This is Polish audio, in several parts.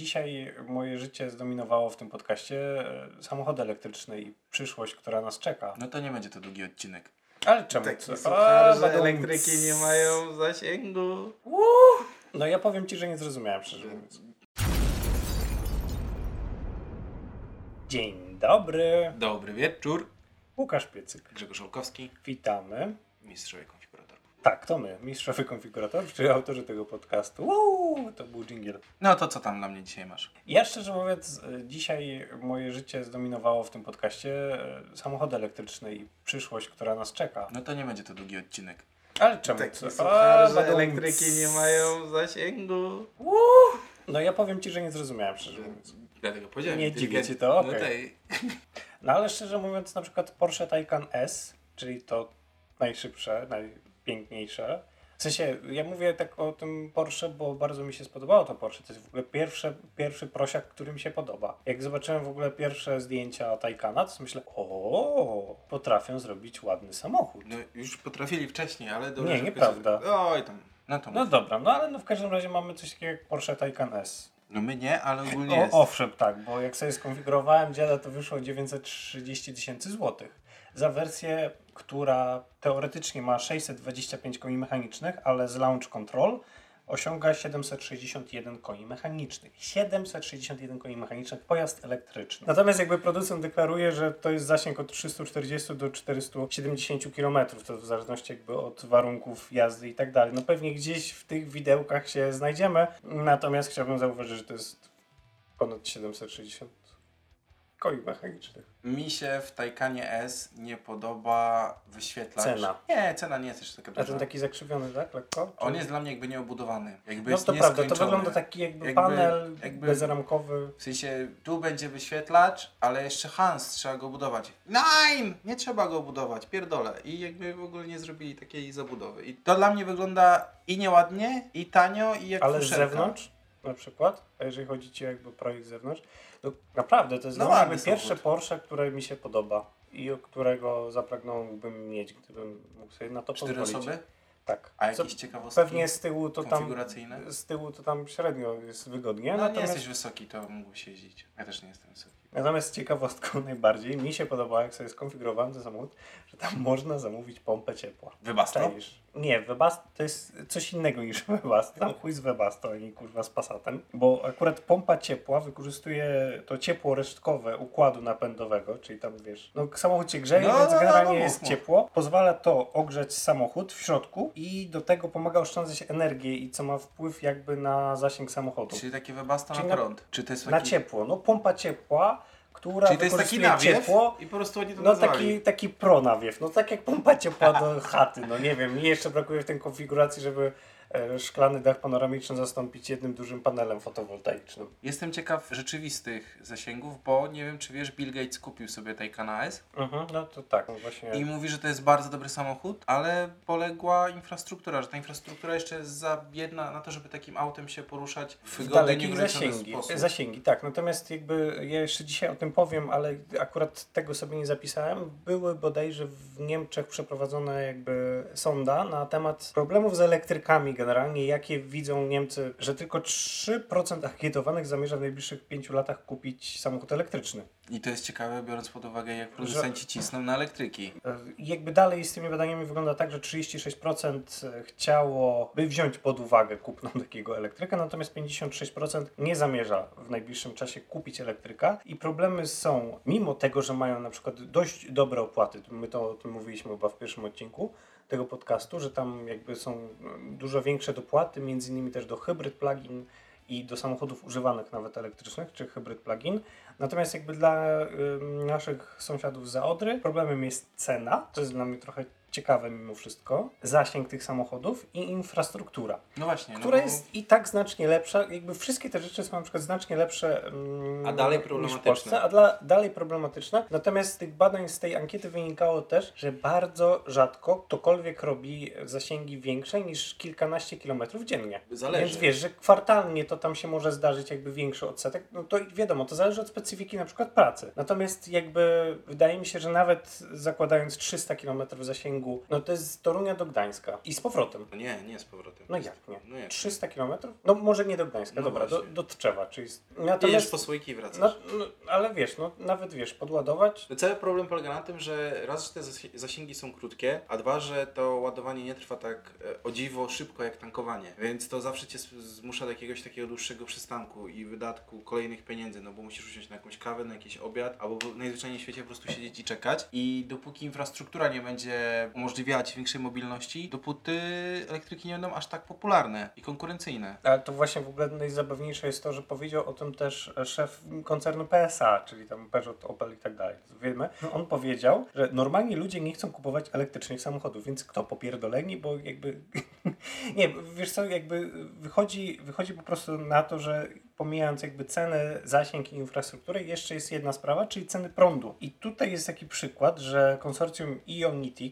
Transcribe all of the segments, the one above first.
dzisiaj moje życie zdominowało w tym podcaście samochody elektryczne i przyszłość, która nas czeka. No to nie będzie to długi odcinek. Ale czemu? Taki suchar, że elektryki nie mają zasięgu. No ja powiem Ci, że nie zrozumiałem, szczerze mówiąc. Dzień dobry. Dobry wieczór. Łukasz Piecyk. Grzegorz Olkowski. Witamy. Mistrzowie konfiguratorów. Tak, to my, mistrzowie konfiguratorów, czyli autorzy tego podcastu. To był dżingiel. No to co tam dla mnie dzisiaj masz? Ja szczerze mówiąc, dzisiaj moje życie zdominowało w tym podcaście samochody elektryczne i przyszłość, która nas czeka. No to nie będzie to długi odcinek. Ale czemu? Taki suchar, że elektryki nie mają zasięgu. No ja powiem Ci, że nie zrozumiałem, szczerze mówiąc. Dlatego powiedziałem. Nie dziwię Ci to, okej. No tej. No ale szczerze mówiąc, na przykład Porsche Taycan S, czyli to najszybsze, najpiękniejsze. W sensie, ja mówię tak o tym Porsche, bo bardzo mi się spodobało to Porsche. To jest w ogóle pierwszy prosiak, który mi się podoba. Jak zobaczyłem w ogóle pierwsze zdjęcia Taycana, to myślę, potrafią zrobić ładny samochód. No już potrafili wcześniej, ale dobrze. Nie, nieprawda. Oj tam. No to No dobra, no ale w każdym razie mamy coś takiego jak Porsche Taycan S. No my nie, ale ogólnie jest. Owszem, tak, bo jak sobie skonfigurowałem dziada, to wyszło 930 000 złotych. Za wersję, która teoretycznie ma 625 koni mechanicznych, ale z launch control osiąga 761 koni mechanicznych. 761 koni mechanicznych, pojazd elektryczny. Natomiast jakby producent deklaruje, że to jest zasięg od 340 do 470 km, to w zależności jakby od warunków jazdy i tak dalej. No pewnie gdzieś w tych widełkach się znajdziemy, natomiast chciałbym zauważyć, że to jest ponad 760 koni mechanicznych. Mi się w Taycanie S nie podoba wyświetlacz. Cena. Nie, cena nie jest też taka A duża. ten taki zakrzywiony, tak? Lekko? On jest dla mnie jakby nieobudowany. Jakby No jest to prawda, to nieskończony. wygląda taki jakby panel bezramkowy. W sensie tu będzie wyświetlacz, ale jeszcze Hans trzeba go budować. Nein! Nie trzeba go budować, pierdolę. I jakby w ogóle nie zrobili takiej zabudowy. I to dla mnie wygląda i nieładnie, i tanio, i jak Ale z fuszerka. zewnątrz na przykład, a jeżeli chodzi Ci jakby projekt z zewnątrz, to naprawdę to jest No dla mnie ładny jakby pierwsze samochód. Porsche, które mi się podoba i o którego zapragnąłbym mieć, gdybym mógł sobie na to 4 pozwolić. osoby? Tak. A Co jakieś ciekawostki? pewnie z tyłu to tam konfiguracyjne? z tyłu to tam średnio jest wygodnie. No nie natomiast, jesteś wysoki, to mógłbyś jeździć. Ja też nie jestem wysoki. natomiast ciekawostką najbardziej mi się podobało, jak sobie skonfigurowałem ten samochód, że tam można zamówić pompę ciepła. Webasto? Czaisz? Nie, Webasto to jest coś innego niż Webasto. Tam chuj z Webasto, a nie kurwa z Passatem. Bo akurat pompa ciepła wykorzystuje to ciepło resztkowe układu napędowego, czyli tam wiesz, no samochód się grzeje, więc generalnie jest ciepło. Pozwala to ogrzać samochód w środku i do tego pomaga oszczędzać energię i co ma wpływ jakby na zasięg samochodu. Czyli takie Webasto Czyli na prąd? Czy to jest Na taki... ciepło. No pompa ciepła, która Czyli to jest taki wykorzystuje nawiew ciepło. i po prostu oni to No nazwali. taki pronawiew, no tak jak pompa ciepła do chaty, no nie wiem, mi jeszcze brakuje w tej konfiguracji, żeby szklany dach panoramiczny zastąpić jednym dużym panelem fotowoltaicznym. Jestem ciekaw rzeczywistych zasięgów, bo nie wiem, czy wiesz, Bill Gates kupił sobie Taycana S No to tak, no właśnie. i mówi, że to jest bardzo dobry samochód, ale poległa infrastruktura, że ta infrastruktura jeszcze jest za biedna na to, żeby takim autem się poruszać w wygodny, Dalekich nieograniczony sposób. zasięgi, tak. Natomiast jakby ja jeszcze dzisiaj o tym powiem, ale akurat tego sobie nie zapisałem. Były bodajże w Niemczech przeprowadzone jakby sonda na temat problemów z elektrykami generalnie, jakie widzą Niemcy, że tylko 3% ankietowanych zamierza w najbliższych 5 latach kupić samochód elektryczny. I to jest ciekawe, biorąc pod uwagę, jak producenci cisną na elektryki. Jakby dalej z tymi badaniami wygląda tak, że 36% chciałoby wziąć pod uwagę kupno takiego elektryka, natomiast 56% nie zamierza w najbliższym czasie kupić elektryka i problemy są, mimo tego, że mają na przykład dość dobre opłaty, my to o tym mówiliśmy chyba w pierwszym odcinku tego podcastu, że tam jakby są dużo większe dopłaty, między innymi też do hybryd plug-in i do samochodów używanych nawet elektrycznych, czy hybryd plug-in. Natomiast jakby dla naszych sąsiadów z Odry problemem jest cena, to jest dla mnie trochę ciekawe mimo wszystko, zasięg tych samochodów i infrastruktura, No właśnie. która jest i tak znacznie lepsza, jakby wszystkie te rzeczy są na przykład znacznie lepsze A dalej niż w problematyczne. Polsce, dalej problematyczne. Natomiast z tych badań, z tej ankiety wynikało też, że bardzo rzadko ktokolwiek robi zasięgi większe niż kilkanaście kilometrów dziennie. Zależy. Więc wiesz, że kwartalnie to tam się może zdarzyć jakby większy odsetek, no to wiadomo, to zależy od specyfiki na przykład pracy. Natomiast jakby wydaje mi się, że nawet zakładając 300 km zasięgu zasięgu, no to jest z Torunia do Gdańska i z powrotem. No nie z powrotem. No jak nie? No jak? 300 km? No może nie do Gdańska, No dobra, właśnie. do Tczewa, czyli... Jedziesz po słoiki i wracasz. no, ale wiesz, no nawet wiesz, podładować... No, cały problem polega na tym, że raz, że te zasięgi są krótkie, a dwa, że to ładowanie nie trwa tak o dziwo szybko jak tankowanie. Więc to zawsze cię zmusza do jakiegoś takiego dłuższego przystanku i wydatku kolejnych pieniędzy, no bo musisz usiąść na jakąś kawę, na jakiś obiad, albo najzwyczajniej w świecie po prostu siedzieć i czekać. I dopóki infrastruktura nie będzie umożliwiała ci większej mobilności, dopóty elektryki nie będą aż tak popularne i konkurencyjne. Ale to właśnie w ogóle najzabawniejsze jest to, że powiedział o tym też szef koncernu PSA, czyli tam Peugeot, Opel i tak dalej. Wiemy, on powiedział, że normalnie ludzie nie chcą kupować elektrycznych samochodów, więc kto popierdoleni, bo jakby nie, wiesz co, jakby wychodzi po prostu na to, że pomijając jakby ceny, zasięg i infrastrukturę, jeszcze jest jedna sprawa, czyli ceny prądu. I tutaj jest taki przykład, że konsorcjum Ionity,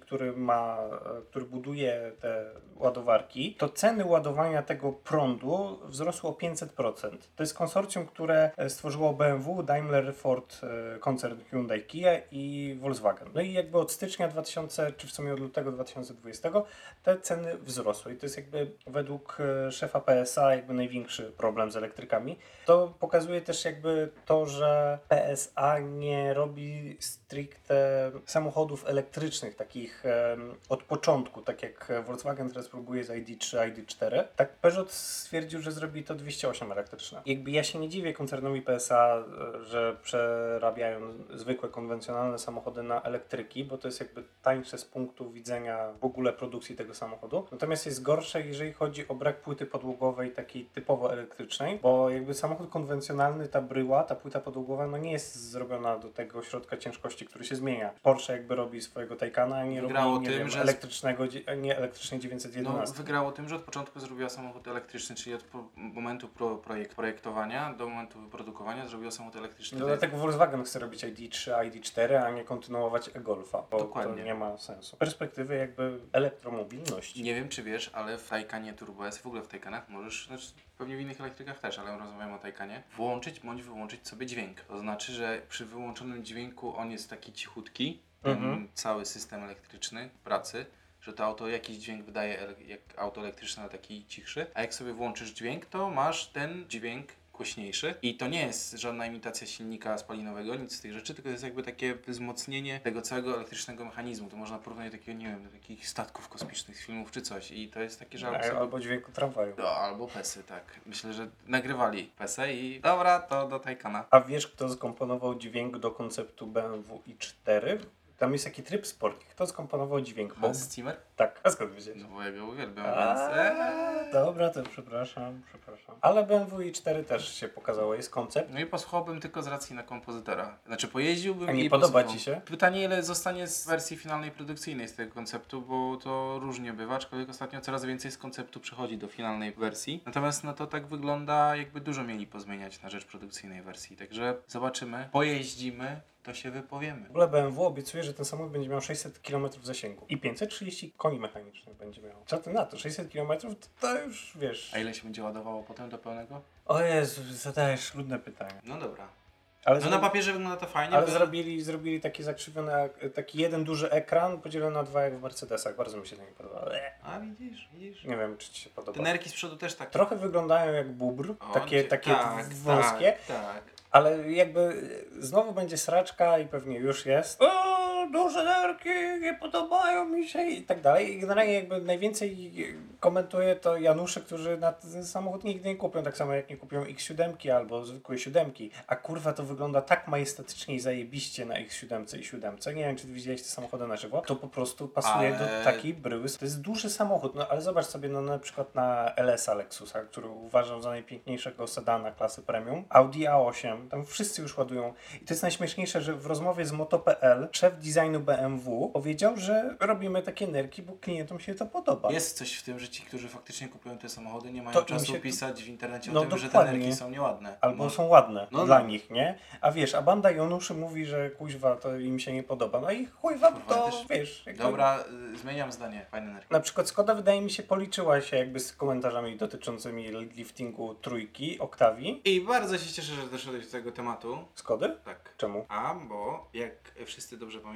który buduje te ładowarki, to ceny ładowania tego prądu wzrosły o 500%. To jest konsorcjum, które stworzyło BMW, Daimler, Ford, koncern Hyundai, Kia i Volkswagen. No i jakby od stycznia czy w sumie od lutego 2020 te ceny wzrosły. I to jest jakby według szefa PSA jakby największy problem z elektrykami. To pokazuje też jakby to, że PSA nie robi stricte samochodów elektrycznych, takich od początku, tak jak Volkswagen teraz próbuje z ID3, ID4. Tak Peugeot stwierdził, że zrobi to 208 elektryczne. Jakby ja się nie dziwię koncernowi PSA, że przerabiają zwykłe, konwencjonalne samochody na elektryki, bo to jest jakby tańsze z punktu widzenia w ogóle produkcji tego samochodu. Natomiast jest gorsze, jeżeli chodzi o brak płyty podłogowej takiej typowo elektrycznej, bo jakby samochód konwencjonalny, ta bryła, ta płyta podłogowa, no nie jest zrobiona do tego środka ciężkości, który się zmienia. Porsche jakby robi swojego Taycana, a nie Wygrało robi, nie tym, wiem, że elektrycznej 911. No, wygrało tym, że od początku zrobiła samochód elektryczny, czyli od momentu projektowania do momentu wyprodukowania zrobiła samochód elektryczny. No dlatego Volkswagen chce robić ID3, ID4, a nie kontynuować e-Golfa, bo Dokładnie. to nie ma sensu. Z perspektywy jakby elektromobilności. Nie wiem, czy wiesz, ale w Taycanie Turbo S, w ogóle w Taycanach możesz, znaczy pewnie w innych elektrykach też, ale rozmawiam o Taycanie, włączyć bądź wyłączyć sobie dźwięk. To znaczy, że przy wyłączonym dźwięku on jest taki cichutki, ten cały system elektryczny pracy, że to auto jakiś dźwięk wydaje jak auto elektryczne, ale taki cichszy, a jak sobie włączysz dźwięk, to masz ten dźwięk głośniejszy i to nie jest żadna imitacja silnika spalinowego, nic z tych rzeczy, tylko to jest jakby takie wzmocnienie tego całego elektrycznego mechanizmu. To można porównać do takiego, nie wiem, do takich statków kosmicznych z filmów czy coś i to jest takie, że Albo dźwięku tramwaju. No, albo PESy, tak. Myślę, że nagrywali PESy i dobra, to do Taycana. A wiesz, kto skomponował dźwięk do konceptu BMW i4? Tam jest taki tryb sport. Kto skomponował dźwięk? Hans Zimmer? Tak, a skąd wiedziałeś? No bo ja go uwielbiam, więc... Dobra, to przepraszam. Ale BMW i4 też się pokazało, jest koncept. No i posłuchałbym tylko z racji na kompozytora. Znaczy pojeździłbym A nie i podoba posłuchał. Ci się? Pytanie, ile zostanie z wersji finalnej produkcyjnej z tego konceptu, bo to różnie bywa, aczkolwiek ostatnio coraz więcej z konceptu przechodzi do finalnej wersji. Natomiast no to tak wygląda, jakby dużo mieli pozmieniać na rzecz produkcyjnej wersji. Także zobaczymy, pojeździmy, to się wypowiemy. W ogóle BMW obiecuje, że ten samochód będzie miał 600 km zasięgu i 530 koni mechanicznych będzie miał. Co ty na to? 600 km to już wiesz. A ile się będzie ładowało potem do pełnego? O Jezu, zadajesz trudne pytanie. No dobra. Ale No na papierze wygląda to fajnie, ale bo... zrobili taki zakrzywiony, taki jeden duży ekran podzielony na dwa jak w Mercedesach. Bardzo mi się to nie podoba. A widzisz. Nie wiem, czy Ci się podoba. Te nerki z przodu też tak. Trochę wyglądają jak bubr, takie tak, wąskie, Tak. ale jakby znowu będzie sraczka i pewnie już jest. O, duże nerki, nie podobają mi się i tak dalej. I generalnie jakby najwięcej komentuje to Janusze, którzy na ten samochód nigdy nie kupią, tak samo jak nie kupią X7 albo zwykłej 7. A kurwa to wygląda tak majestatycznie i zajebiście na X7 i 7. Nie wiem, czy widziałeś te samochody na żywo. To po prostu pasuje do takiej bryły. To jest duży samochód, no ale zobacz sobie na przykład na LS-a Lexusa, który uważam za najpiękniejszego sedana klasy premium. Audi A8, tam wszyscy już ładują. I to jest najśmieszniejsze, że w rozmowie z Moto.pl szef designu BMW powiedział, że robimy takie nerki, bo klientom się to podoba. Jest coś w tym, że ci, którzy faktycznie kupują te samochody, nie mają To im czasu się- pisać w internecie No o tym, że te dokładnie. nerki są nieładne. Albo No. są ładne No, dla no. nich, nie? A wiesz, a banda Jonuszy mówi, że kuźwa to im się nie podoba. No i chuj wam Kurwa, to, ja też- wiesz. jakby- Dobra, zmieniam zdanie. Fajne nerki. Na przykład Skoda wydaje mi się policzyła się jakby z komentarzami dotyczącymi liftingu trójki, Octavii. I bardzo się cieszę, że doszedłeś do tego tematu. Skody? Tak. Czemu? Bo jak wszyscy dobrze pamiętają,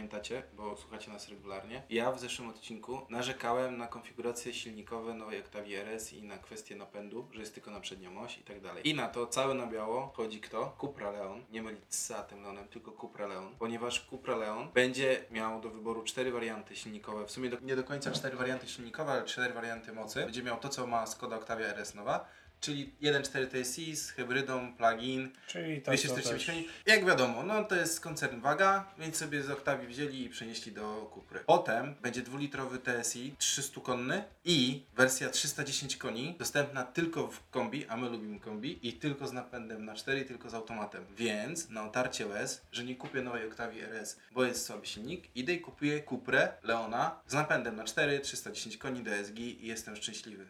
pamiętacie, bo słuchacie nas regularnie, ja w zeszłym odcinku narzekałem na konfiguracje silnikowe nowej Octavii RS i na kwestię napędu, że jest tylko na przednią oś i tak dalej. I na to cały na biało chodzi kto? Cupra Leon. Nie mylić z Seatem Leonem, tylko Cupra Leon. Ponieważ Cupra Leon będzie miał do wyboru 4 warianty silnikowe. W sumie nie do końca 4 warianty silnikowe, ale 4 warianty mocy. Będzie miał to, co ma Skoda Octavia RS nowa. Czyli 1.4 TSI z hybrydą, plug-in, Czyli to 240 koni. Jak wiadomo, no to jest koncern Waga, więc sobie z Octavii wzięli i przenieśli do Cupry. Potem będzie 2-litrowy TSI 300-konny i wersja 310 koni, dostępna tylko w kombi, a my lubimy kombi, i tylko z napędem na 4 i tylko z automatem. Więc na otarcie łez, że nie kupię nowej Octavii RS, bo jest słaby silnik, idę i kupuję Cuprę Leona z napędem na 4, 310 koni, DSG i jestem szczęśliwy.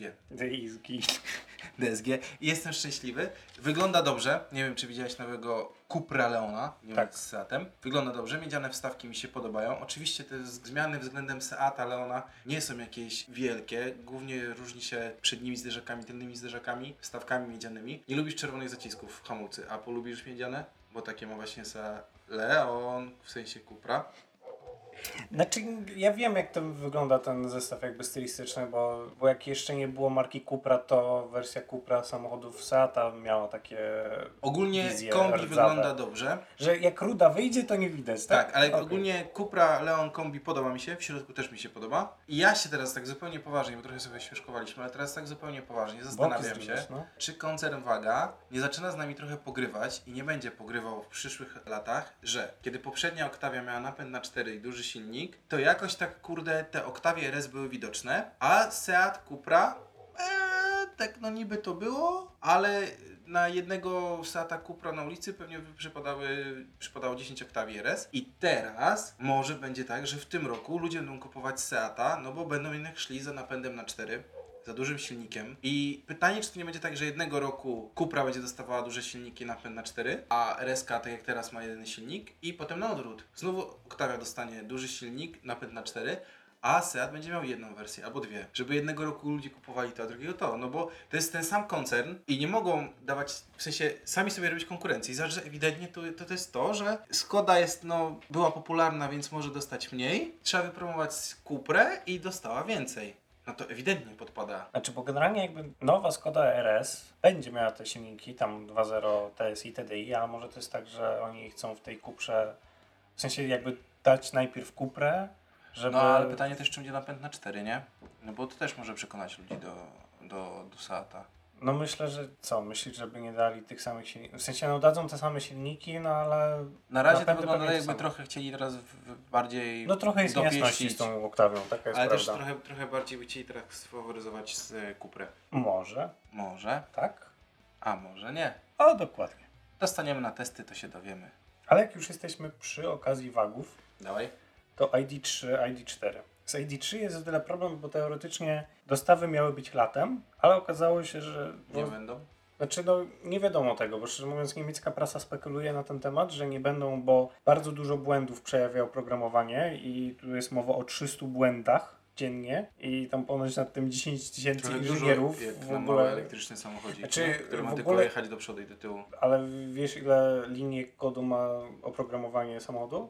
DSG i jestem szczęśliwy. Wygląda dobrze. Nie wiem, czy widziałeś nowego Cupra Leona, nie Tak. wiem, z Seatem. Wygląda dobrze. Miedziane wstawki mi się podobają. Oczywiście te zmiany względem Seata Leona nie są jakieś wielkie. Głównie różni się przednimi zderzakami, tylnymi zderzakami, wstawkami miedzianymi. Nie lubisz czerwonych zacisków w hamulcy, a polubisz miedziane? Bo takie ma właśnie Leon, w sensie Cupra. Znaczy, ja wiem jak to wygląda ten zestaw jakby stylistyczny, bo jak jeszcze nie było marki Cupra, to wersja Cupra samochodów Seata miała takie Ogólnie wizje kombi rdzawe. wygląda dobrze. Że jak ruda wyjdzie, to nie widać, tak? Tak, ale Okej. ogólnie Cupra Leon kombi podoba mi się, w środku też mi się podoba. I ja się teraz tak zupełnie poważnie, bo trochę sobie świeżkowaliśmy, ale teraz tak zupełnie poważnie Boki zastanawiam się, zdjąłeś, no. czy koncern Waga nie zaczyna z nami trochę pogrywać i nie będzie pogrywał w przyszłych latach, że kiedy poprzednia Octavia miała napęd na 4 i duży silnik, to jakoś tak kurde te Octavie RS były widoczne, a Seat Cupra tak no niby to było, ale na jednego Seata Cupra na ulicy pewnie by przypadało 10 Octavii RS. I teraz może będzie tak, że w tym roku ludzie będą kupować Seata, no bo będą jednak szli za napędem na 4, za dużym silnikiem. I pytanie, czy to nie będzie tak, że jednego roku Cupra będzie dostawała duże silniki, napęd na 4, a RS-ka, tak jak teraz, ma jeden silnik, i potem na odwrót. Znowu Octavia dostanie duży silnik, napęd na 4, a Seat będzie miał jedną wersję albo dwie, żeby jednego roku ludzie kupowali to, a drugiego to, no bo to jest ten sam koncern i nie mogą dawać, w sensie sami sobie robić konkurencji. Zobacz, że ewidentnie to jest to, że Skoda jest, no, była popularna, więc może dostać mniej, trzeba wypromować Cuprę i dostała więcej. No to ewidentnie podpada. Znaczy, bo generalnie jakby nowa Skoda RS będzie miała te silniki, tam 2.0 TSI, TDI, ale może to jest tak, że oni chcą w tej Cuprze, w sensie jakby dać najpierw Cuprę, żeby... No ale pytanie też, czy będzie napęd na 4, nie? No bo to też może przekonać ludzi do Seata. No myślę, że co? Myślisz, żeby nie dali tych samych silników? W sensie, no dadzą te same silniki, no ale... Na razie to napędy wygląda pewnie jakby te same. trochę chcieli teraz bardziej No trochę jest niejasności dopieścić, z tą Octavią, taka jest ale też prawda. trochę bardziej by chcieli teraz sfaworyzować z Cuprę. Może, Może, tak? a może nie. O, dokładnie. Dostaniemy na testy, to się dowiemy. Ale jak już jesteśmy przy okazji wagów, Dawaj. to ID3, ID4. Z ID3 jest o tyle problem, bo teoretycznie dostawy miały być latem, ale okazało się, że... Nie będą? Znaczy, no nie wiadomo tego, bo szczerze mówiąc niemiecka prasa spekuluje na ten temat, że nie będą, bo bardzo dużo błędów przejawia oprogramowanie i tu jest mowa o 300 błędach dziennie i tam ponoć nad tym 10 tysięcy Trochę inżynierów dużo, jak w na ogóle... małe elektryczne samochodzik, Znaczy, który ma w tylko ogóle- jechać do przodu i do tyłu. Ale wiesz ile linii kodu ma oprogramowanie samochodu?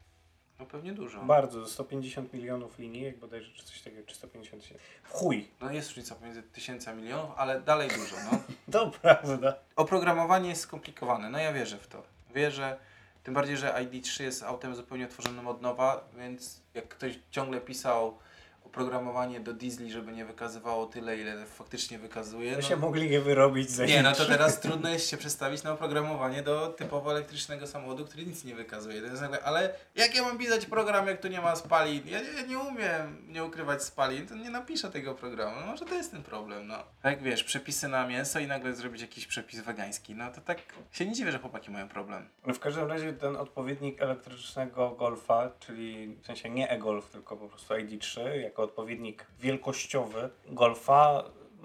No pewnie dużo. Bardzo, 150 milionów linijek bodajże, czy coś takiego, czy 150 tysięcy. Chuj! No jest różnica pomiędzy 1000 a milionów, ale dalej dużo, no. To prawda. Oprogramowanie jest skomplikowane, no ja wierzę w to. Wierzę, tym bardziej, że ID3 jest autem zupełnie otworzonym od nowa, więc jak ktoś ciągle pisał oprogramowanie do diesli, żeby nie wykazywało tyle, ile faktycznie wykazuje, To no, się mogli je wyrobić za nie, no to niczym. teraz trudno jest się przestawić na oprogramowanie do typowo elektrycznego samochodu, który nic nie wykazuje. To jest nagle, ale jak ja mam pisać program, jak tu nie ma spalin? Ja nie umiem nie ukrywać spalin, to nie napiszę tego programu. No może to jest ten problem, no. Jak wiesz, przepisy na mięso i nagle zrobić jakiś przepis wegański, no to tak się nie dziwię, że chłopaki mają problem. No w każdym razie ten odpowiednik elektrycznego Golfa, czyli w sensie nie e-Golf, tylko po prostu ID3, jako odpowiednik wielkościowy Golfa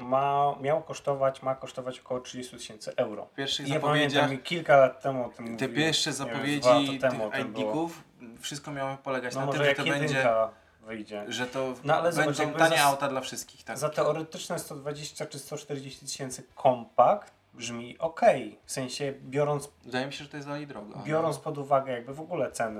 ma kosztować około 30 000 euro. W pierwszych I ja zapowiedziach, pamiętam kilka lat temu o tym te mówiłem. pierwsze Nie wiem, zapowiedzi 2 lata tych temu o tym było. ID-ków, wszystko miało polegać No na może tym, że jak to będzie, jedynka wyjdzie. że to No ale zobacz, będą jakby tanie za- auta dla wszystkich, tak? Za teoretyczne 120 czy 140 tysięcy kompakt brzmi okej. W sensie biorąc Wydaje mi się, że to jest dalej drogo. pod uwagę jakby w ogóle ceny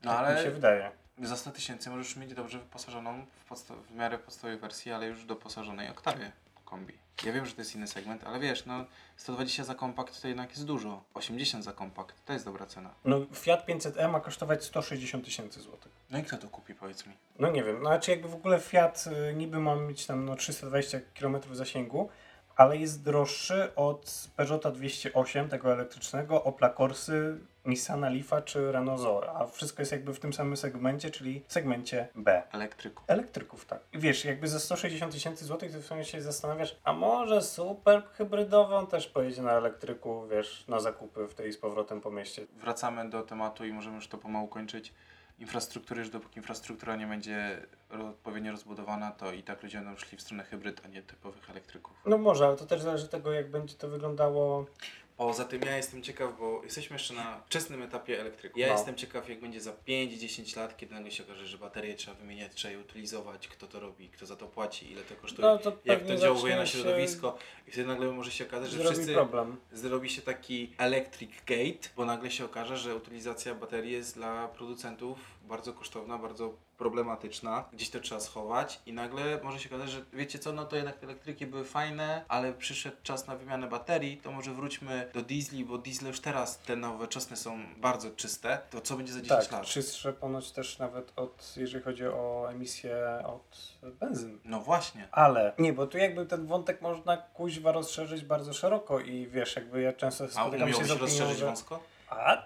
No Tak mi ale się wydaje. za 100 000 możesz mieć dobrze wyposażoną w miarę podstawowej wersji, ale już doposażonej Octavie kombi. Ja wiem, że to jest inny segment, ale wiesz, no 120 za kompakt to jednak jest dużo. 80 za kompakt to jest dobra cena. No Fiat 500e ma kosztować 160 000 złotych. No i kto to kupi, powiedz mi? No nie wiem, znaczy jakby w ogóle Fiat niby ma mieć tam 320 km zasięgu, ale jest droższy od Peugeota 208, tego elektrycznego, Opla Corsy, Nissana Leafa czy Renault Zoe, a wszystko jest jakby w tym samym segmencie, czyli w segmencie B. Elektryku. Elektryków, tak. I wiesz, jakby za 160 000 złotych ty w sumie się zastanawiasz, a może super hybrydową też pojedzie na elektryku, wiesz, na zakupy w tej z powrotem po mieście. Wracamy do tematu i możemy już to pomału kończyć. Infrastruktury, już dopóki infrastruktura nie będzie odpowiednio rozbudowana, to i tak ludzie będą szli w stronę hybryd, a nie typowych elektryków. No może, ale to też zależy od tego, jak będzie to wyglądało. Poza tym ja jestem ciekaw, bo jesteśmy jeszcze na wczesnym etapie elektryków. Ja No. jestem ciekaw, jak będzie za 5-10 lat, kiedy nagle się okaże, że baterie trzeba wymieniać, trzeba je utylizować, kto to robi, kto za to płaci, ile to kosztuje, No to jak pewnie to działuje na zacznie środowisko. I wtedy nagle może się okazać, że zrobi wszyscy problem. zrobi się taki electric gate, bo nagle się okaże, że utylizacja baterii jest dla producentów bardzo kosztowna, bardzo problematyczna. Gdzieś to trzeba schować i nagle może się okazać, że wiecie co, no to jednak te elektryki były fajne, ale przyszedł czas na wymianę baterii, to może wróćmy do diesli, bo diesle już teraz te nowoczesne są bardzo czyste. To co będzie za 10 Tak, lat? czystsze ponoć też nawet jeżeli chodzi o emisję od benzyn. No właśnie. Ale nie, bo tu jakby ten wątek można kuźwa rozszerzyć bardzo szeroko i wiesz, jakby ja często A spotykam się umiałbyś z opinią, rozszerzyć że... wąsko? A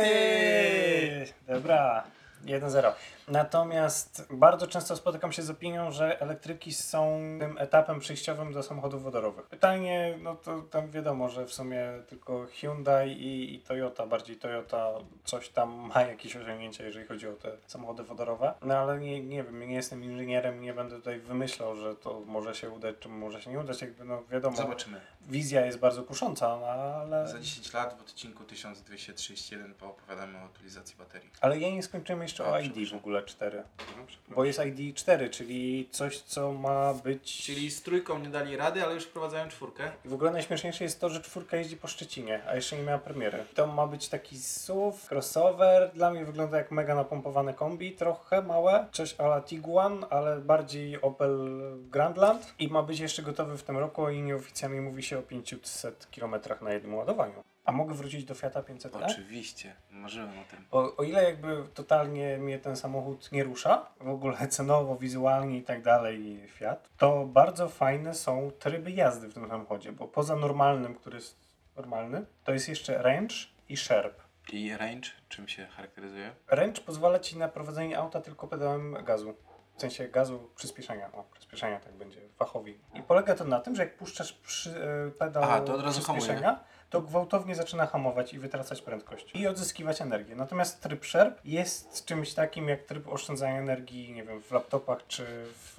ty! Dobra, 1-0. Natomiast bardzo często spotykam się z opinią, że elektryki są tym etapem przejściowym do samochodów wodorowych. Pytanie, no to tam wiadomo, że w sumie tylko Hyundai i Toyota, bardziej Toyota coś tam ma jakieś osiągnięcia, jeżeli chodzi o te samochody wodorowe. No ale nie wiem, nie jestem inżynierem, nie będę tutaj wymyślał, że to może się udać, czy może się nie udać. Jakby no wiadomo, Zobaczymy. wizja jest bardzo kusząca, no, ale... Za 10 lat w odcinku 1231 poopowiadamy o utylizacji baterii. Ale ja nie skończyłem jeszcze o ID w ogóle 4. Bo jest ID 4, czyli coś, co ma być... Czyli z trójką nie dali rady, ale już wprowadzają czwórkę. I w ogóle najśmieszniejsze jest to, że 4 jeździ po Szczecinie, a jeszcze nie miała premiery. To ma być taki SUV, crossover, dla mnie wygląda jak mega napompowane kombi, trochę małe, coś a la Tiguan, ale bardziej Opel Grandland i ma być jeszcze gotowy w tym roku i nieoficjalnie mówi się o 500 km na jednym ładowaniu. A mogę wrócić do Fiata 500e? Oczywiście, marzyłem o tym. O ile jakby totalnie mnie ten samochód nie rusza, w ogóle cenowo, wizualnie i tak dalej Fiat, to bardzo fajne są tryby jazdy w tym samochodzie, bo poza normalnym, który jest normalny, to jest jeszcze Range i Sherp. I range czym się charakteryzuje? Range pozwala Ci na prowadzenie auta tylko pedałem gazu. W sensie gazu przyspieszenia. O, przyspieszenia tak będzie fachowi. I polega to na tym, że jak puszczasz pedał to od razu przyspieszenia, to gwałtownie zaczyna hamować i wytracać prędkość. I odzyskiwać energię. Natomiast tryb Sherp jest czymś takim jak tryb oszczędzania energii, nie wiem, w laptopach czy w...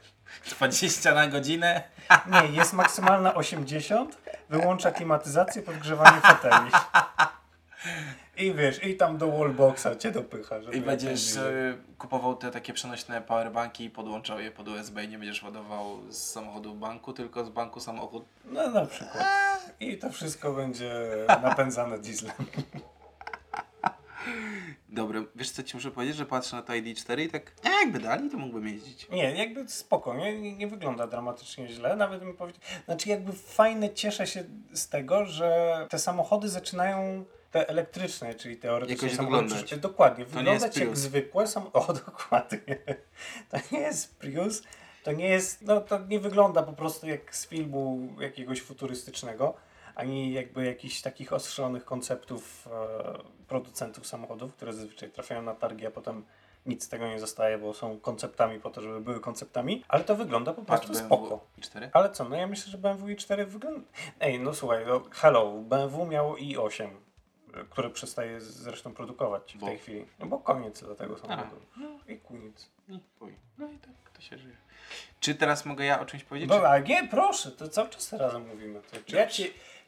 20 na godzinę? Nie, jest maksymalna 80, wyłącza klimatyzację, podgrzewanie foteli. I wiesz, i tam do wallboxa cię dopycha. Żeby I będziesz jak najbliżej. kupował te takie przenośne powerbanki i podłączał je pod USB i nie będziesz ładował z samochodu banku, tylko z banku samochód. No na przykład. I to wszystko będzie napędzane dieslem. Dobra, wiesz co ci muszę powiedzieć, że patrzę na to ID4 i tak jakby dali, to mógłbym jeździć. Nie, jakby spoko, nie wygląda dramatycznie źle, nawet bym powiedział, znaczy jakby fajne, cieszę się z tego, że te samochody zaczynają, te elektryczne, czyli teoretycznie Jakoś samochody, wyglądać. dokładnie, To nie jest wyglądać jak Prius. zwykłe samochody, dokładnie, to nie jest Prius, to nie jest, no to nie wygląda po prostu jak z filmu jakiegoś futurystycznego, ani jakby jakichś takich ostrzonych konceptów producentów samochodów, które zazwyczaj trafiają na targi, a potem nic z tego nie zostaje, bo są konceptami po to, żeby były konceptami, ale to wygląda po prostu spoko. i4. Ale co, no ja myślę, że BMW i4 wygląda... Ej, no słuchaj, no, hello, BMW miało i8, które przestaje zresztą produkować w Bo? tej chwili. No bo koniec do tego samochodu. I koniec. No i tak to się żyje. Czy teraz mogę ja o czymś powiedzieć? No, ale nie, proszę, to cały czas razem mówimy. To,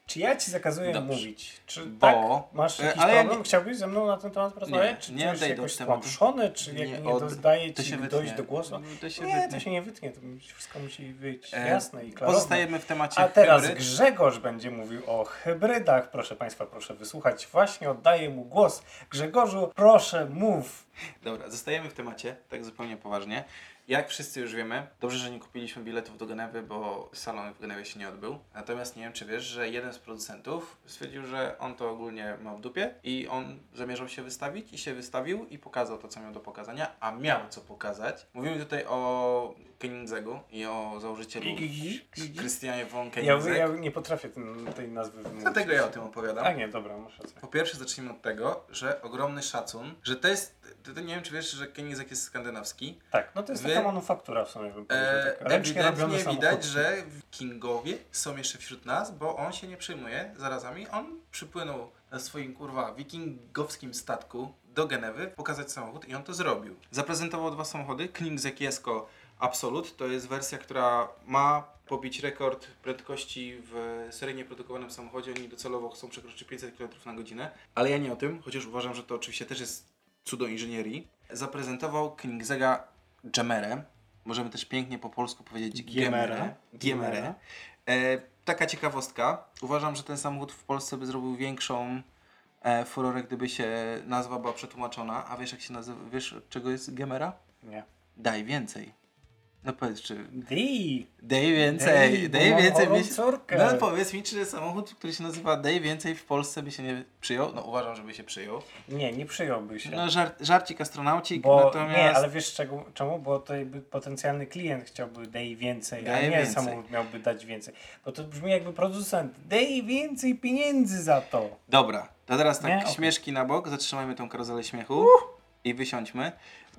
Czy ja ci zakazuję Dobrze. mówić? Czy Bo- tak? Masz jakiś ale ja problem? nie- Chciałbyś ze mną na ten temat porozmawiać? Nie, Czy nie czujesz się odejdę jakoś od tematu. stłamszony? Czy jak nie dodaje to ci się dojść wytnie. do głosu? To się Nie, wytnie. to się nie wytnie. To wszystko musi być jasne i klarowne. Pozostajemy w temacie A teraz hybryd. Grzegorz będzie mówił o hybrydach. Proszę Państwa, proszę wysłuchać. Właśnie oddaję mu głos. Grzegorzu, proszę, mów. Dobra, zostajemy w temacie, tak zupełnie poważnie. Jak wszyscy już wiemy, dobrze, że nie kupiliśmy biletów do Genewy, bo salon w Genewie się nie odbył. Natomiast nie wiem, czy wiesz, że jeden z producentów stwierdził, że on to ogólnie ma w dupie i on zamierzał się wystawić i się wystawił i pokazał to, co miał do pokazania, a miał co pokazać. Mówimy tutaj o Koenigseggu i o założycielu Christianie von Ja Koenigsegg. nie potrafię tej nazwy wymówić. Dlatego ja o tym opowiadam. A nie, dobra, masz rację. Po pierwsze zacznijmy od tego, że ogromny szacun, że to jest, to nie wiem czy wiesz, że Koenigsegg jest skandynawski. Tak, no to jest Wy- taka manufaktura w sumie, bym powiedział. Tak, ręcznie robiony Ewidentnie samochód. widać, że Kingowie są jeszcze wśród nas, bo on się nie przejmuje zarazami. On przypłynął na swoim wikingowskim statku do Genewy pokazać samochód i on to zrobił. Zaprezentował dwa samochody. Koenigsegg Jesko Absolut to jest wersja, która ma pobić rekord prędkości w seryjnie produkowanym samochodzie. Oni docelowo chcą przekroczyć 500 km na godzinę, ale ja nie o tym, chociaż uważam, że to oczywiście też jest cudo inżynierii. Zaprezentował Koenigsegga Gemmerę. Możemy też pięknie po polsku powiedzieć Gemmerę. Gemmerę. Taka ciekawostka. Uważam, że ten samochód w Polsce by zrobił większą furorę, gdyby się nazwa była przetłumaczona. A wiesz jak się nazywa? Wiesz od czego jest Gemmera? Nie. Daj więcej. No powiedz, czy... Dij! Daj więcej. Daj, bo mam chorą córkę. No powiedz mi, czy samochód, który się nazywa Daj więcej w Polsce by się nie przyjął? No uważam, żeby się przyjął. Nie przyjąłby się. No żarcik astronaucik, Bo natomiast... nie, ale wiesz czemu? Bo to jakby potencjalny klient chciałby daj więcej, Daj a nie więcej. samochód miałby dać więcej. Bo to brzmi jakby producent, daj więcej pieniędzy za to. Dobra, to teraz tak Nie? Okej. śmieszki na bok, zatrzymajmy tą karuzelę śmiechu i wysiądźmy.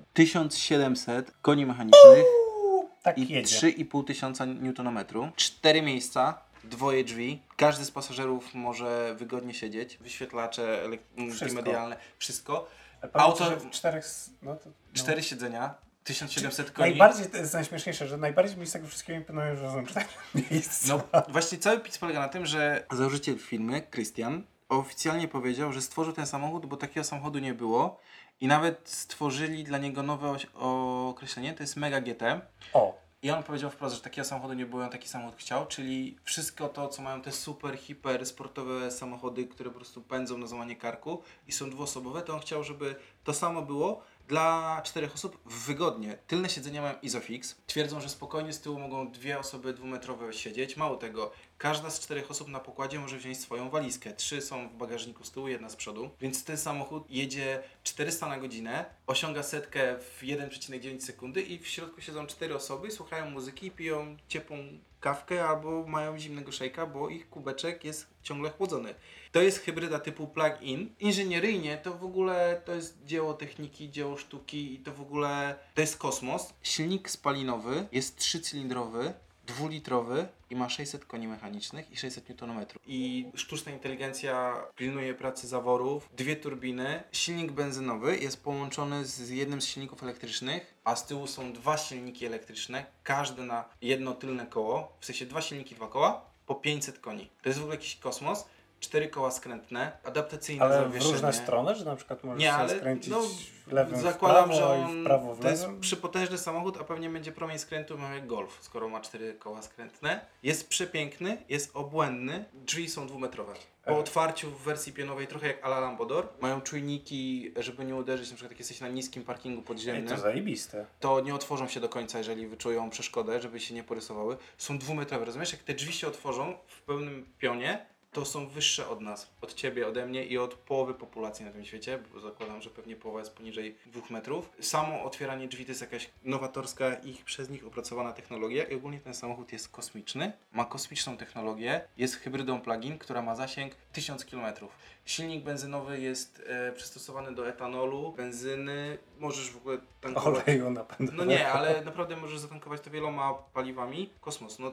1700 koni mechanicznych Tak i jedzie. 3,5 tysiąca Nm. 4 miejsca, dwoje drzwi. Każdy z pasażerów może wygodnie siedzieć. Wyświetlacze multimedialne, wszystko. Ale powiem auto- ci, że w czterech... No to, no. 4 siedzenia, 1700 koni. Najbardziej, to jest najśmieszniejsze, że najbardziej mi z tego wszystkiego imponuje, że są 4 miejsca. No właśnie cały PiS polega na tym, że założyciel firmy, Christian, oficjalnie powiedział, że stworzył ten samochód, bo takiego samochodu nie było i nawet stworzyli dla niego nowe określenie, to jest Mega GT. O, I on powiedział wprost, że takiego samochodu nie było, on taki samochód chciał, czyli wszystko to, co mają te super, hiper sportowe samochody, które po prostu pędzą na złamanie karku i są dwuosobowe, to on chciał, żeby to samo było dla 4 osób wygodnie. Tylne siedzenia mają Isofix. Twierdzą, że spokojnie z tyłu mogą 2 osoby dwumetrowe siedzieć. Mało tego, każda z 4 osób na pokładzie może wziąć swoją walizkę. 3 są w bagażniku z tyłu, 1 z przodu. Więc ten samochód jedzie 400 na godzinę, osiąga setkę w 1,9 sekundy i w środku siedzą 4 osoby, słuchają muzyki, piją ciepłą kawkę albo mają zimnego szejka, bo ich kubeczek jest ciągle chłodzony. To jest hybryda typu plug-in. Inżynieryjnie to w ogóle to jest dzieło techniki, dzieło sztuki i to w ogóle to jest kosmos. Silnik spalinowy jest 3-cylindrowy, 2-litrowy i ma 600 koni mechanicznych i 600 Nm. I sztuczna inteligencja pilnuje pracy zaworów, 2 turbiny. Silnik benzynowy jest połączony z jednym z silników elektrycznych, a z tyłu są 2 silniki elektryczne, każdy na jedno tylne koło, w sensie 2 silniki, 2 koła, po 500 koni. To jest w ogóle jakiś kosmos. 4 koła skrętne, adaptacyjne ale w zawieszenie. różne strony, że na przykład możesz Nie, sobie ale skręcić no, w lewym zakładam, w prawo że i w prawo w to jest lewym. przypotężny samochód, a pewnie będzie promień skrętu miał jak Golf, skoro ma 4 koła skrętne. Jest przepiękny, jest obłędny, drzwi są 2-metrowe. Po otwarciu w wersji pionowej, trochę jak Ala Lambodor, mają czujniki, żeby nie uderzyć, na przykład jak jesteś na niskim parkingu Ej, podziemnym, to zajebiste. to nie otworzą się do końca, jeżeli wyczują przeszkodę, żeby się nie porysowały. Są 2-metrowe, rozumiesz? Jak te drzwi się otworzą w pełnym pionie, to są wyższe od nas, od ciebie, ode mnie i od połowy populacji na tym świecie, bo zakładam, że pewnie połowa jest poniżej 2 metrów. Samo otwieranie drzwi to jest jakaś nowatorska ich przez nich opracowana technologia i ogólnie ten samochód jest kosmiczny, ma kosmiczną technologię, jest hybrydą plug-in, która ma zasięg 1000 km. Silnik benzynowy jest przystosowany do etanolu, benzyny, możesz w ogóle tankować... Oleju napędowego. No nie, ale naprawdę możesz zatankować to wieloma paliwami. Kosmos, no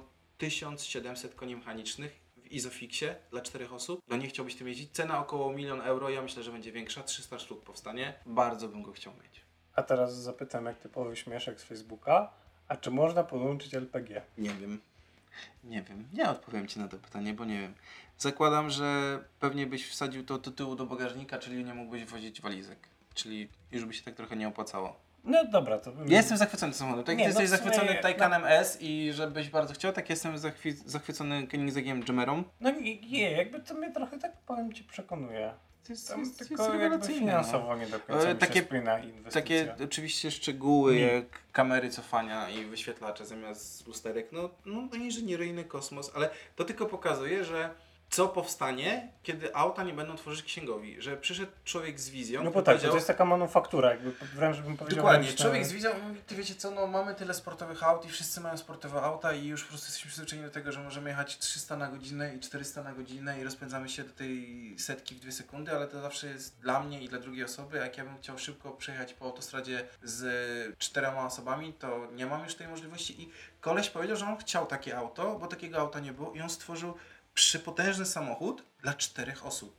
1700 koni mechanicznych w Isofixie dla 4 osób. No nie chciałbyś tym jeździć. Cena około 1 000 000 euro, ja myślę, że będzie większa. 300 sztuk powstanie. Bardzo bym go chciał mieć. A teraz zapytam jak typowy śmieszek z Facebooka, a czy można podłączyć LPG? Nie wiem. Nie wiem, nie odpowiem Ci na to pytanie, bo nie wiem. Zakładam, że pewnie byś wsadził to do tyłu do bagażnika, czyli nie mógłbyś wozić walizek. Czyli już by się tak trochę nie opłacało. No dobra, to... Ja jestem zachwycony tym samochodem. Tak Nie, jak ty no jesteś w sumie- zachwycony Taycanem S i żebyś bardzo chciał, tak jestem zachwycony Koenigseggiem Gemmerą. No nie, jakby to mnie trochę, tak powiem Ci, przekonuje. To jest, Tam jest, tylko jest jakby rewelacyjne. finansowo nie do końca mi Takie- się spłyna inwestycja. Takie oczywiście szczegóły Nie. jak kamery cofania i wyświetlacze zamiast lusterek, no inżynieryjny kosmos, ale to tylko pokazuje, że co powstanie, kiedy auta nie będą tworzyć księgowi, że przyszedł człowiek z wizją, No który bo tak, powiedział, to jest taka manufaktura, jakby wręcz bym powiedział... dokładnie, ręczna- człowiek z wizją mówi, ty wiecie co, no mamy tyle sportowych aut i wszyscy mają sportowe auta i już po prostu jesteśmy przyzwyczajeni do tego, że możemy jechać 300 na godzinę i 400 na godzinę i rozpędzamy się do tej setki w 2 sekundy, ale to zawsze jest dla mnie i dla drugiej osoby, jak ja bym chciał szybko przejechać po autostradzie z 4 osobami, to nie mam już tej możliwości i koleś powiedział, że on chciał takie auto, bo takiego auta nie było i on stworzył przepotężny samochód dla 4 osób.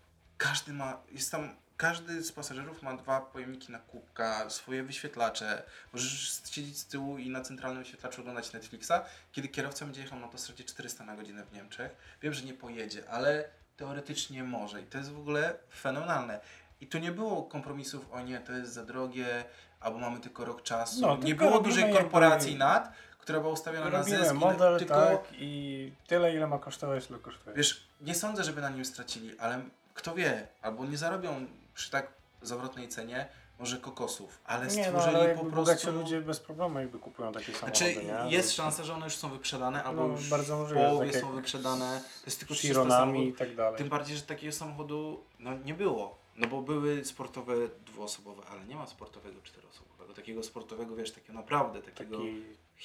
Każdy z pasażerów ma 2 pojemniki na kubka, swoje wyświetlacze. Możesz siedzieć z tyłu i na centralnym wyświetlaczu oglądać Netflixa, kiedy kierowca będzie jechał na autostradzie 400 na godzinę w Niemczech. Wiem, że nie pojedzie, ale teoretycznie może i to jest w ogóle fenomenalne. I tu nie było kompromisów, o nie, to jest za drogie, albo mamy tylko rok czasu. No, Nie tylko było robimy dużej jakby- korporacji nad, która była ustawiona na Robimy zysk. model, tylko tak, i tyle, ile ma kosztować, tyle kosztuje. wiesz, nie sądzę, żeby na nim stracili, ale kto wie, albo nie zarobią przy tak zawrotnej cenie może kokosów, ale nie, stworzyli no, ale po jakby prostu... bogaci ludzie bez problemu jakby kupują takie samochody, Znaczy, nie? jest szansa, że one już są wyprzedane, albo No, już bardzo w możliwe, połowie tak są jak wyprzedane. To jest tylko 300 Chironami i samochodów. tak dalej. Tym bardziej, że takiego samochodu nie było. No bo były sportowe 2-osobowe, ale nie ma sportowego 4-osobowego. Takiego sportowego, wiesz, takiego naprawdę, takiego Taki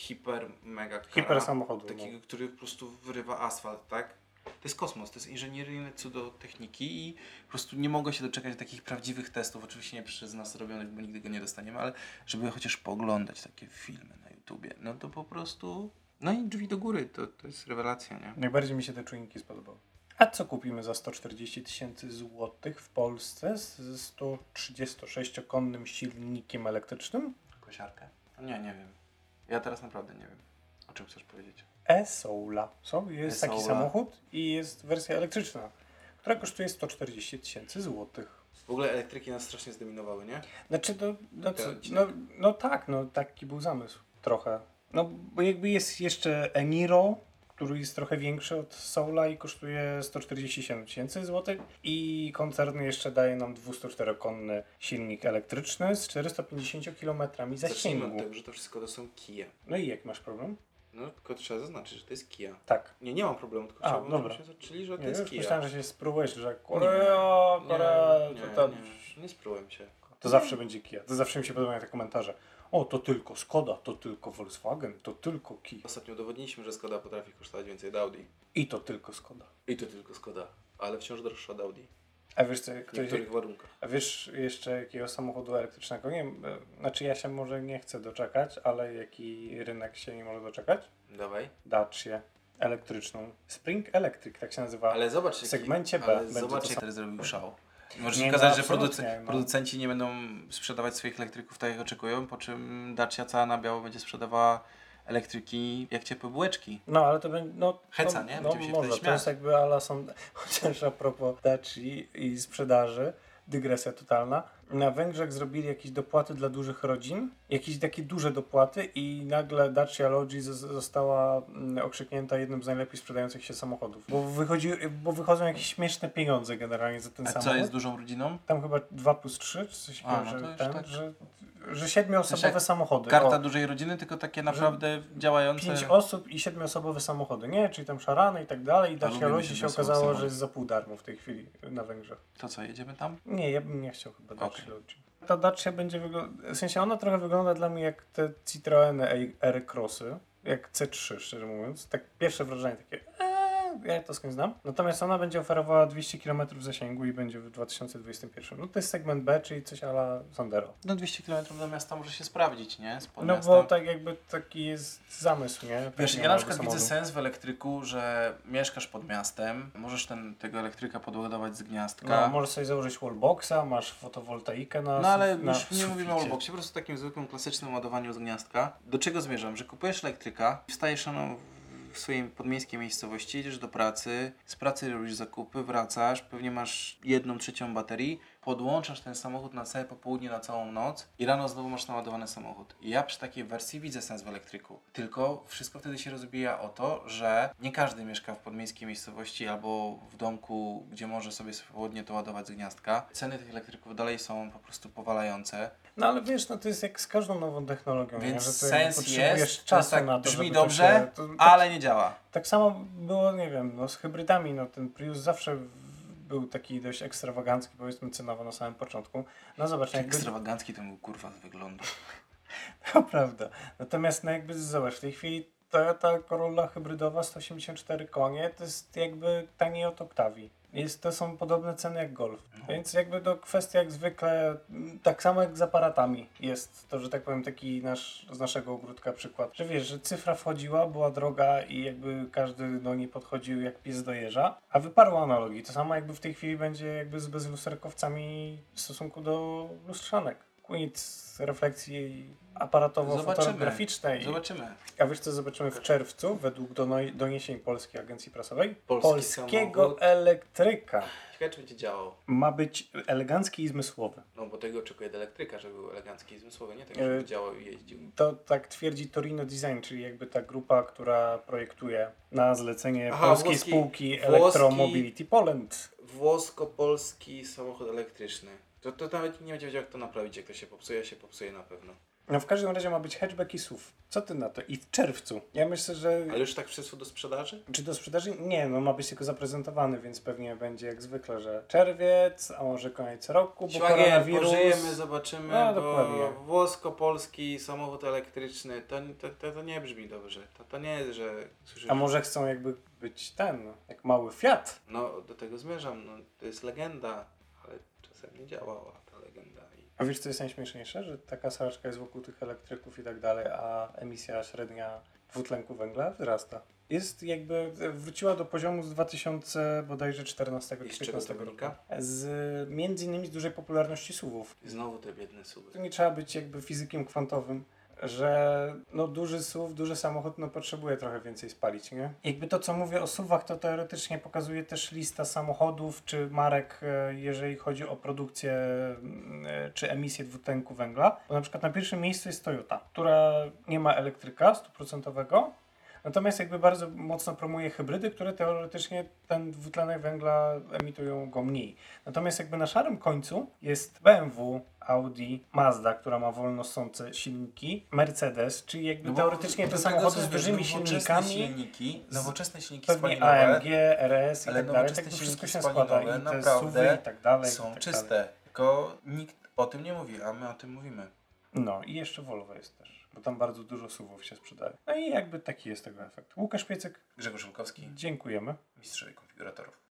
mega kara, hiper samochodu. takiego, który po prostu wyrywa asfalt, tak? To jest kosmos, to jest inżynieryjne cudo techniki i po prostu nie mogę się doczekać takich prawdziwych testów, oczywiście nie przez nas robionych, bo nigdy go nie dostaniemy, ale żeby chociaż pooglądać takie filmy na YouTubie, no to po prostu, no i drzwi do góry, to jest rewelacja, nie? Najbardziej mi się te czujniki spodobały. A co kupimy za 140 000 złotych w Polsce z 136-konnym silnikiem elektrycznym? Kosiarkę? Nie wiem. Ja teraz naprawdę nie wiem, o czym chcesz powiedzieć. E-Soula. Jest taki E-Soula. samochód i jest wersja elektryczna, która kosztuje 140 000 złotych. W ogóle elektryki nas strasznie zdominowały, nie? Znaczy, Ten odcinek. no tak, no taki był zamysł trochę. No bo jakby jest jeszcze Eniro, który jest trochę większy od Soula i kosztuje 147 000 złotych i koncern jeszcze daje nam 204-konny silnik elektryczny z 450 km Zacznijmy zasięgu. od tego, że to wszystko to są Kia. No i jaki masz problem? No, tylko trzeba zaznaczyć, że to jest Kia. Tak. Nie mam problemu, tylko A, chciałbym, dobra. żebyśmy zaczęli, że to Nie, jest już Kia. myślałem, że się spróbujesz, że Nie, Korea, nie spróbuję się. to zawsze będzie Kia. To zawsze mi się podobają te komentarze. O, to tylko Skoda, to tylko Volkswagen, to tylko Kia. Ostatnio udowodniliśmy, że Skoda potrafi kosztować więcej od Audi. I to tylko Skoda. I to tylko Skoda, ale wciąż droższa od Audi. A wiesz co, W niektórych warunkach. a wiesz jeszcze jakiego samochodu elektrycznego? Nie wiem, znaczy ja się może nie chcę doczekać, ale jaki rynek się nie może doczekać? Dawaj. Dacia elektryczną. Spring Electric, tak się nazywa. Ale zobacz, w segmencie B ale będzie zobacz, to jak teraz zrobił szał. Możesz Nie, mi no, kazać, że absolutnie, no. producenci nie będą sprzedawać swoich elektryków tak jak oczekują, po czym Dacia cała na biało będzie sprzedawała elektryki jak ciepłe bułeczki. No, ale to będzie, no... Heca, to, nie? No Będziemy się może, wtedy to jest śmiać. jakby ala chociaż a propos Daci i sprzedaży, dygresja totalna. Na Węgrzech zrobili jakieś dopłaty dla dużych rodzin, jakieś takie duże dopłaty i nagle Dacia Logi została okrzyknięta jednym z najlepiej sprzedających się samochodów. Bo wychodzą jakieś śmieszne pieniądze generalnie za ten A samochód. co jest dużą rodziną? Tam chyba 2+3 czy coś A, takiego, no to że, już ten, tak. że 7-osobowe jak samochody. Karta O, dużej rodziny, tylko takie naprawdę działające. 5 osób i 7-osobowe samochody, nie? Czyli tam szarany i tak dalej. I Dacia lubimy Logi się się wesoło okazało, samochód. że jest za pół darmo w tej chwili na Węgrzech. To co, jedziemy tam? Nie, ja bym nie chciał chyba Dacia Okej. Logi. Ta Dacia będzie w sensie ona trochę wygląda dla mnie jak te Citroeny R-Crossy, jak C3 szczerze mówiąc. Tak pierwsze wrażenie takie ja to skąd znam. Natomiast ona będzie oferowała 200 km zasięgu i będzie w 2021. No to jest segment B, czyli coś a la Sandero. No 200 km do miasta może się sprawdzić, nie? Spod No miasta. bo tak jakby taki jest zamysł, nie? Wiesz, Tak ja na małego przykład samochodu. widzę sens w elektryku, że mieszkasz pod miastem, możesz tego elektryka podładować z gniazdka. No, możesz sobie założyć wallboxa, masz fotowoltaikę na No ale na już nie mówimy o suficie. wallboxie, po prostu takim zwykłym, klasycznym ładowaniu z gniazdka. Do czego zmierzam? Że kupujesz elektryka, wstajesz rano w swojej podmiejskiej miejscowości, jedziesz do pracy, z pracy robisz zakupy, wracasz, pewnie masz 1/3 baterii, podłączasz ten samochód na całe popołudnie, na całą noc i rano znowu masz naładowany samochód. I ja przy takiej wersji widzę sens w elektryku. Tylko wszystko wtedy się rozbija o to, że nie każdy mieszka w podmiejskiej miejscowości albo w domku, gdzie może sobie swobodnie to ładować z gniazdka. Ceny tych elektryków dalej są po prostu powalające. No ale wiesz, no to jest jak z każdą nową technologią, nie? Więc Że ty sens potrzebujesz jest, czasu tak na to, brzmi żeby dobrze, to się, ale nie działa. tak samo było, nie wiem, no z hybrydami, no ten Prius zawsze był taki dość ekstrawagancki, powiedzmy cenowo na samym początku. No zobacz, jakby... Ekstrawagancki to był kurwa z wyglądu. To prawda. Natomiast no jakby zobacz, w tej chwili Toyota Corolla hybrydowa 184 konie to jest jakby taniej od Octavii. To są podobne ceny jak Golf. Więc jakby to kwestia jak zwykle, tak samo jak z aparatami jest to, że tak powiem, taki z naszego ogródka przykład. Że wiesz, że cyfra wchodziła, była droga i jakby każdy do niej podchodził jak pies do jeża, a wyparło analogii. To samo jakby w tej chwili będzie jakby z bezlusterkowcami w stosunku do lustrzanek. Nic refleksji aparatowo-fotograficznej. Zobaczymy. A wiesz co zobaczymy w czerwcu według doniesień Polskiej Agencji Prasowej? Polski Polskiego samochód. elektryka. Ciekawe, czy będzie działał. Ma być elegancki i zmysłowy. No bo tego oczekuję od elektryka, żeby był elegancki i zmysłowy, nie tego, żeby działał i jeździł. To tak twierdzi Torino Design, czyli jakby ta grupa, która projektuje na zlecenie Aha, polskiej włoski- spółki włoski- Electromobility Poland. Włosko-polski samochód elektryczny. To nawet nie będzie wiedział, jak to naprawić, jak to się popsuje na pewno. No w każdym razie ma być hatchback i SUV. Co ty na to? I w czerwcu. Ja myślę, że... Ale już tak wszystko do sprzedaży? Czy do sprzedaży? Nie, no ma być tylko zaprezentowany, więc pewnie będzie jak zwykle, że czerwiec, a może koniec roku, bo Szwagier, koronawirus... pożyjemy, zobaczymy, No, bo dokładnie. włosko-polski samochód elektryczny, to nie brzmi dobrze. To nie jest, że słyszysz... A może chcą jakby być ten, jak mały Fiat? No, do tego zmierzam, no, to jest legenda, ale czasem nie działała ta legenda. A wiesz co jest najśmieszniejsze? Że taka saraczka jest wokół tych elektryków i tak dalej, a emisja średnia dwutlenku węgla wzrasta. Jest jakby, wróciła do poziomu z 2000 bodajże 14 czy I z czego 15 to roku. wynika? Między innymi z dużej popularności SUV-ów. I znowu te biedne suwy. Tu nie trzeba być jakby fizykiem kwantowym, że no duży SUV, duży samochód no potrzebuje trochę więcej spalić, nie? Jakby to co mówię o SUV-ach to teoretycznie pokazuje też lista samochodów czy marek, jeżeli chodzi o produkcję czy emisję dwutlenku węgla, bo na przykład na pierwszym miejscu jest Toyota, która nie ma elektryka 100%, natomiast jakby bardzo mocno promuje hybrydy, które teoretycznie ten dwutlenek węgla emitują go mniej. Natomiast jakby na szarym końcu jest BMW, Audi, Mazda, która ma wolnosące silniki, Mercedes, czyli jakby teoretycznie te samochody z dużymi silnikami, Nowoczesne silniki pewnie spalinowe AMG, RS i ale tak dalej, nowoczesne tak to wszystko silniki się składa i spalinowe te naprawdę SUV i tak dalej. są i tak czyste. dalej. Tylko nikt o tym nie mówi, a my o tym mówimy. No i jeszcze Volvo jest też, bo tam bardzo dużo SUV-ów się sprzedaje. No i jakby taki jest tego efekt. Łukasz Piecyk, Grzegorz Żulkowski, dziękujemy. mistrzowie konfiguratorów.